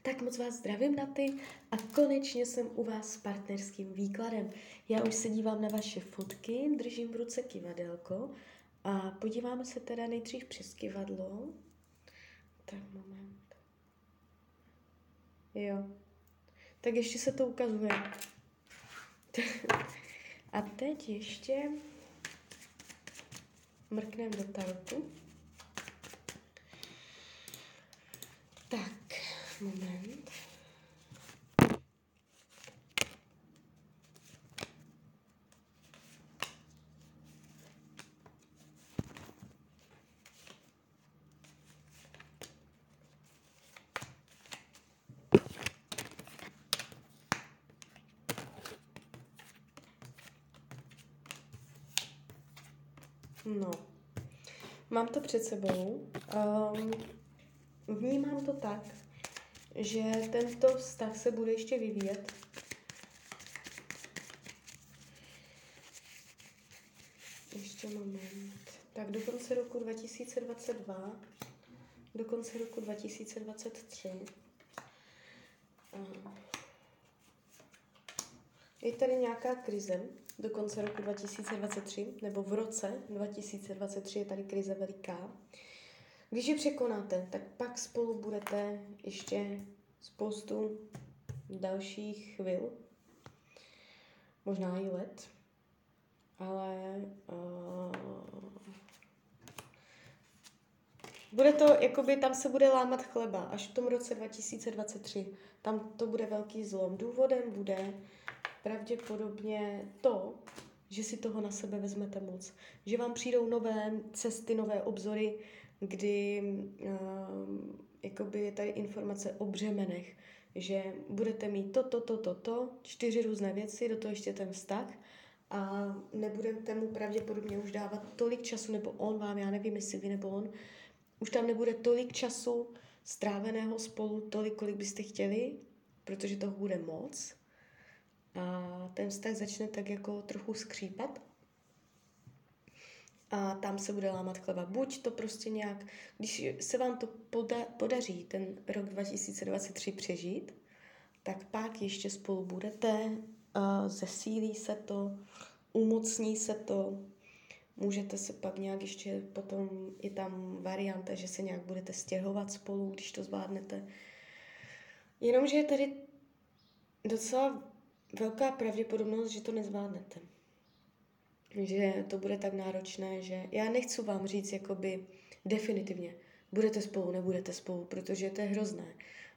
Tak moc vás zdravím na ty a konečně jsem u vás s partnerským výkladem. Já už se dívám na vaše fotky, držím v ruce kyvadelko a podíváme se teda nejdřív přes kyvadlo. Tak moment. Jo. Tak ještě se to ukazuje. A teď ještě mrkneme do tarotu. Tak, moment. No, mám to před sebou. Vnímám to tak, že tento vztah se bude ještě vyvíjet. Ještě moment. Tak do konce roku 2022, do konce roku 2023. Je tady nějaká krize do konce roku 2023, nebo v roce 2023 je tady krize veliká. Když ji překonáte, tak pak spolu budete ještě spoustu dalších chvil, možná i let, ale bude to, jakoby tam se bude lámat chleba až v tom roce 2023. Tam to bude velký zlom. Důvodem bude pravděpodobně to, že si toho na sebe vezmete moc. Že vám přijdou nové cesty, nové obzory, kdy jakoby je tady informace o břemenech, že budete mít to, 4 různé věci, do toho ještě ten vztah a nebudete mu pravděpodobně už dávat tolik času, nebo on vám, já nevím, jestli vy nebo on, už tam nebude tolik času stráveného spolu, tolik, kolik byste chtěli, protože toho bude moc. A ten vztah začne tak jako trochu skřípat a tam se bude lámat chleba. Buď to prostě nějak, když se vám to podaří ten rok 2023 přežít, tak pak ještě spolu budete, zesílí se to, umocní se to, můžete se pak nějak ještě, potom je tam varianta, že se nějak budete stěhovat spolu, když to zvládnete. Jenomže je tady docela velká pravděpodobnost, že to nezvládnete. Že to bude tak náročné, že já nechci vám říct jakoby definitivně, budete spolu, nebudete spolu, protože to je hrozné.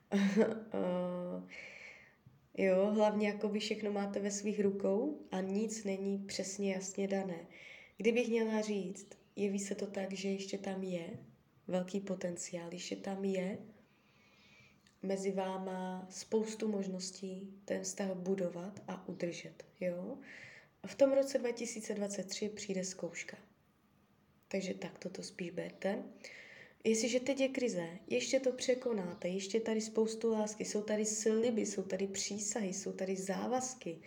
Jo, hlavně jakoby všechno máte ve svých rukou a nic není přesně jasně dané. Kdybych měla říct, jeví se to tak, že ještě tam je velký potenciál, ještě tam je mezi váma spoustu možností ten vztah budovat a udržet. Jo? A v tom roce 2023 přijde zkouška. Takže tak toto spíš berte. Jestliže teď je krize, ještě to překonáte, ještě tady spoustu lásky, jsou tady sliby, jsou tady přísahy, jsou tady závazky.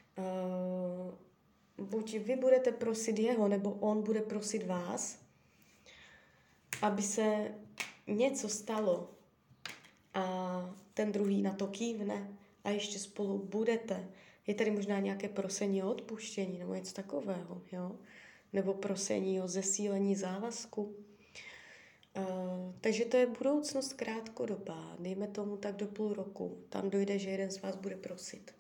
Buď vy budete prosit jeho, nebo on bude prosit vás, aby se něco stalo a ten druhý na to kývne a ještě spolu budete. Je tady možná nějaké prosení o odpuštění nebo něco takového, jo? Nebo prosení o zesílení závazku. Takže to je budoucnost krátkodobá, dejme tomu tak do půl roku. Tam dojde, že jeden z vás bude prosit.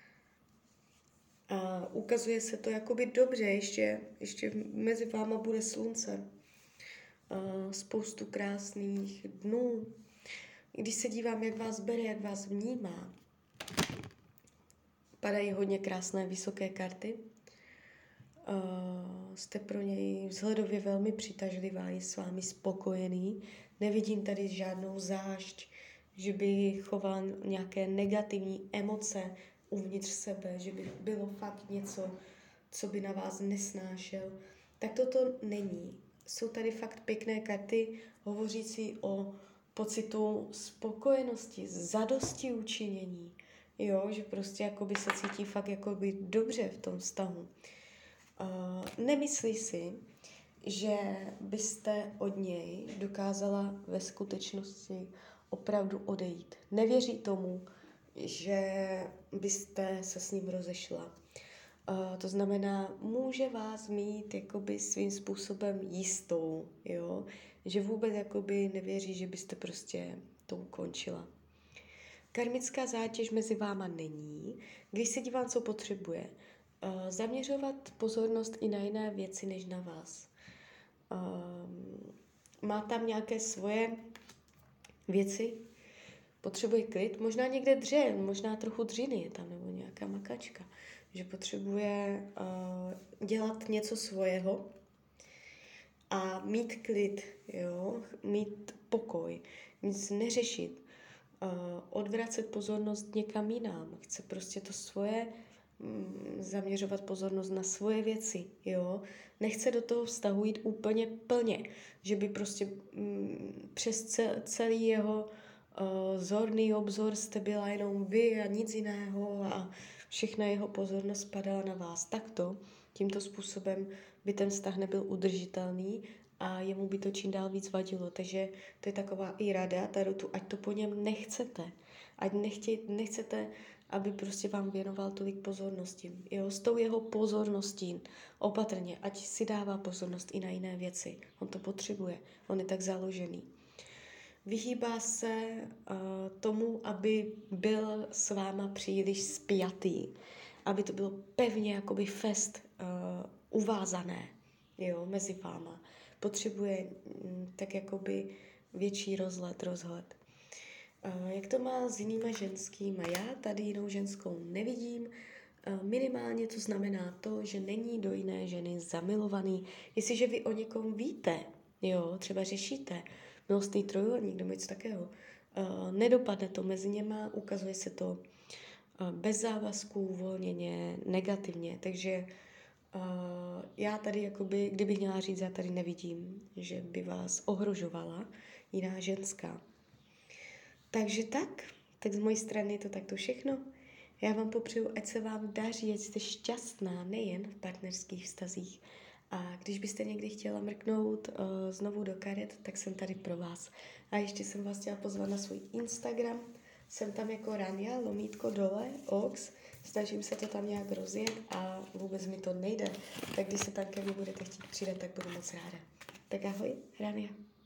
A ukazuje se to jakoby dobře, ještě mezi váma bude slunce. Spoustu krásných dnů. Když se dívám, jak vás bere, jak vás vnímá, padají hodně krásné vysoké karty. Jste pro něj vzhledově velmi přitažlivá, je s vámi spokojený. Nevidím tady žádnou zášť, že by choval nějaké negativní emoce uvnitř sebe, že by bylo fakt něco, co by na vás nesnášel. Tak toto není. Jsou tady fakt pěkné karty, hovořící o pocitu spokojenosti, zadosti učinění. Jo, že prostě jakoby se cítí fakt jakoby dobře v tom vztahu. Nemyslí si, že byste od něj dokázala ve skutečnosti opravdu odejít. Nevěří tomu, že byste se s ním rozešla. To znamená, může vás mít jakoby svým způsobem jistou, jo? Že vůbec jakoby nevěří, že byste prostě to ukončila. Karmická zátěž mezi váma není. Když se dívám, co potřebuje, zaměřovat pozornost i na jiné věci, než na vás. Má tam nějaké svoje věci, potřebuje klid, možná někde dřeň, možná trochu dřiny je tam, nebo nějaká makačka, že potřebuje dělat něco svého a mít klid, jo? Mít pokoj, nic neřešit, odvracet pozornost někam jinam, chce prostě to svoje, zaměřovat pozornost na svoje věci, jo? Nechce do toho vztahu jít úplně plně, že by prostě přes celý jeho zorný obzor jste byla jenom vy a nic jiného a všechna jeho pozornost padala na vás. Takto, tímto způsobem by ten vztah nebyl udržitelný a jemu by to čím dál víc vadilo. Takže to je taková i rada tarotu, ať to po něm nechcete. Ať nechcete, aby prostě vám věnoval tolik pozornosti. Jo, s tou jeho pozorností opatrně, ať si dává pozornost i na jiné věci. On to potřebuje, on je tak založený. Vyhýbá se tomu, aby byl s váma příliš spjatý, aby to bylo pevně jakoby fest uvázané, jo, mezi váma. Potřebuje tak jakoby větší rozhled. Jak to má s jinýma ženskýma? Já tady jinou ženskou nevidím. Minimálně to znamená to, že není do jiné ženy zamilovaný. Jestliže vy o někom víte, jo, třeba řešíte milostný trojúhelník nebo něco takého, nedopadne to mezi něma, ukazuje se to bez závazků, uvolněně, negativně. Takže já tady, jakoby, kdybych měla říct, já tady nevidím, že by vás ohrožovala jiná ženská. Takže tak z mojí strany je to takto všechno. Já vám popřeju, ať se vám daří, ať jste šťastná, nejen v partnerských vztazích. A když byste někdy chtěla mrknout znovu do karet, tak jsem tady pro vás. A ještě jsem vás chtěla pozvat na svůj Instagram. Jsem tam jako Rania, _dole, ox. Snažím se to tam nějak rozjet a vůbec mi to nejde. Tak když se tam ke mně budete chtít přidat, tak budu moc ráda. Tak ahoj, Rania.